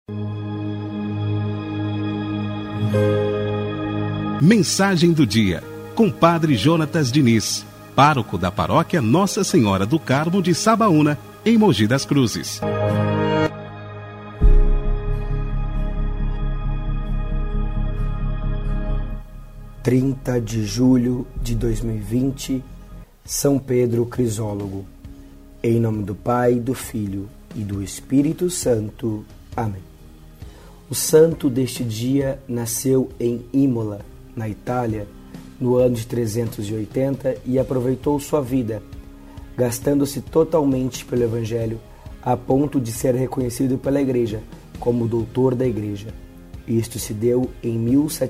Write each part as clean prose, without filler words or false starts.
Mensagem do dia, com Padre Jonatas Diniz, pároco da paróquia Nossa Senhora do Carmo de Sabaúna, em Mogi das Cruzes. (30 de julho de 2020), São Pedro Crisólogo. Em nome do Pai, do Filho e do Espírito Santo. Amém. O santo deste dia nasceu em Imola, na Itália, no ano de 380 e aproveitou sua vida, gastando-se totalmente pelo Evangelho, a ponto de ser reconhecido pela Igreja como doutor da Igreja. Isto se deu em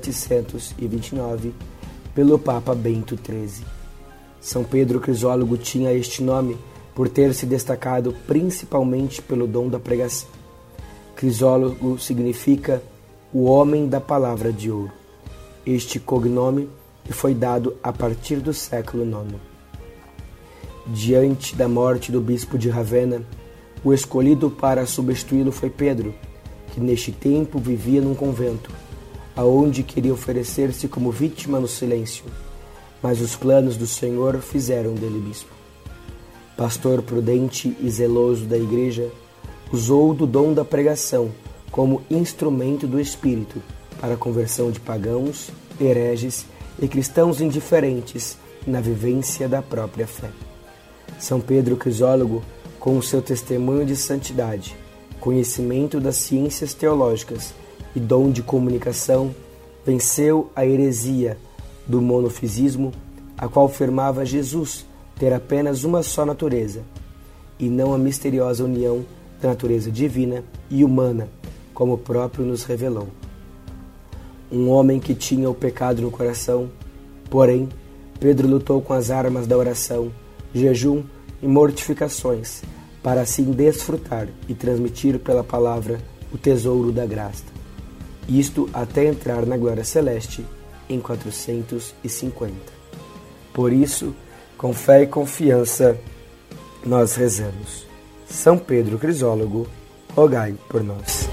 1729 pelo Papa Bento XIII. São Pedro Crisólogo tinha este nome por ter se destacado principalmente pelo dom da pregação. Crisólogo significa o homem da palavra de ouro. Este cognome lhe foi dado a partir do século IX. Diante da morte do bispo de Ravenna, o escolhido para substituí-lo foi Pedro, que neste tempo vivia num convento, aonde queria oferecer-se como vítima no silêncio, mas os planos do Senhor fizeram dele bispo. Pastor prudente e zeloso da Igreja, usou do dom da pregação como instrumento do Espírito para a conversão de pagãos, hereges e cristãos indiferentes na vivência da própria fé. São Pedro Crisólogo, com o seu testemunho de santidade, conhecimento das ciências teológicas e dom de comunicação, venceu a heresia do monofisismo, a qual afirmava Jesus ter apenas uma só natureza, e não a misteriosa união da natureza divina e humana, como o próprio nos revelou. Um homem que tinha o pecado no coração, porém, Pedro lutou com as armas da oração, jejum e mortificações, para assim desfrutar e transmitir pela palavra o tesouro da graça. Isto até entrar na glória celeste em 450. Por isso, com fé e confiança, nós rezamos. São Pedro Crisólogo, rogai por nós.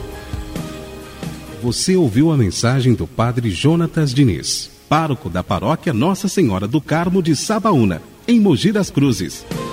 Você ouviu a mensagem do Padre Jonatas Diniz, pároco da paróquia Nossa Senhora do Carmo de Sabaúna, em Mogi das Cruzes.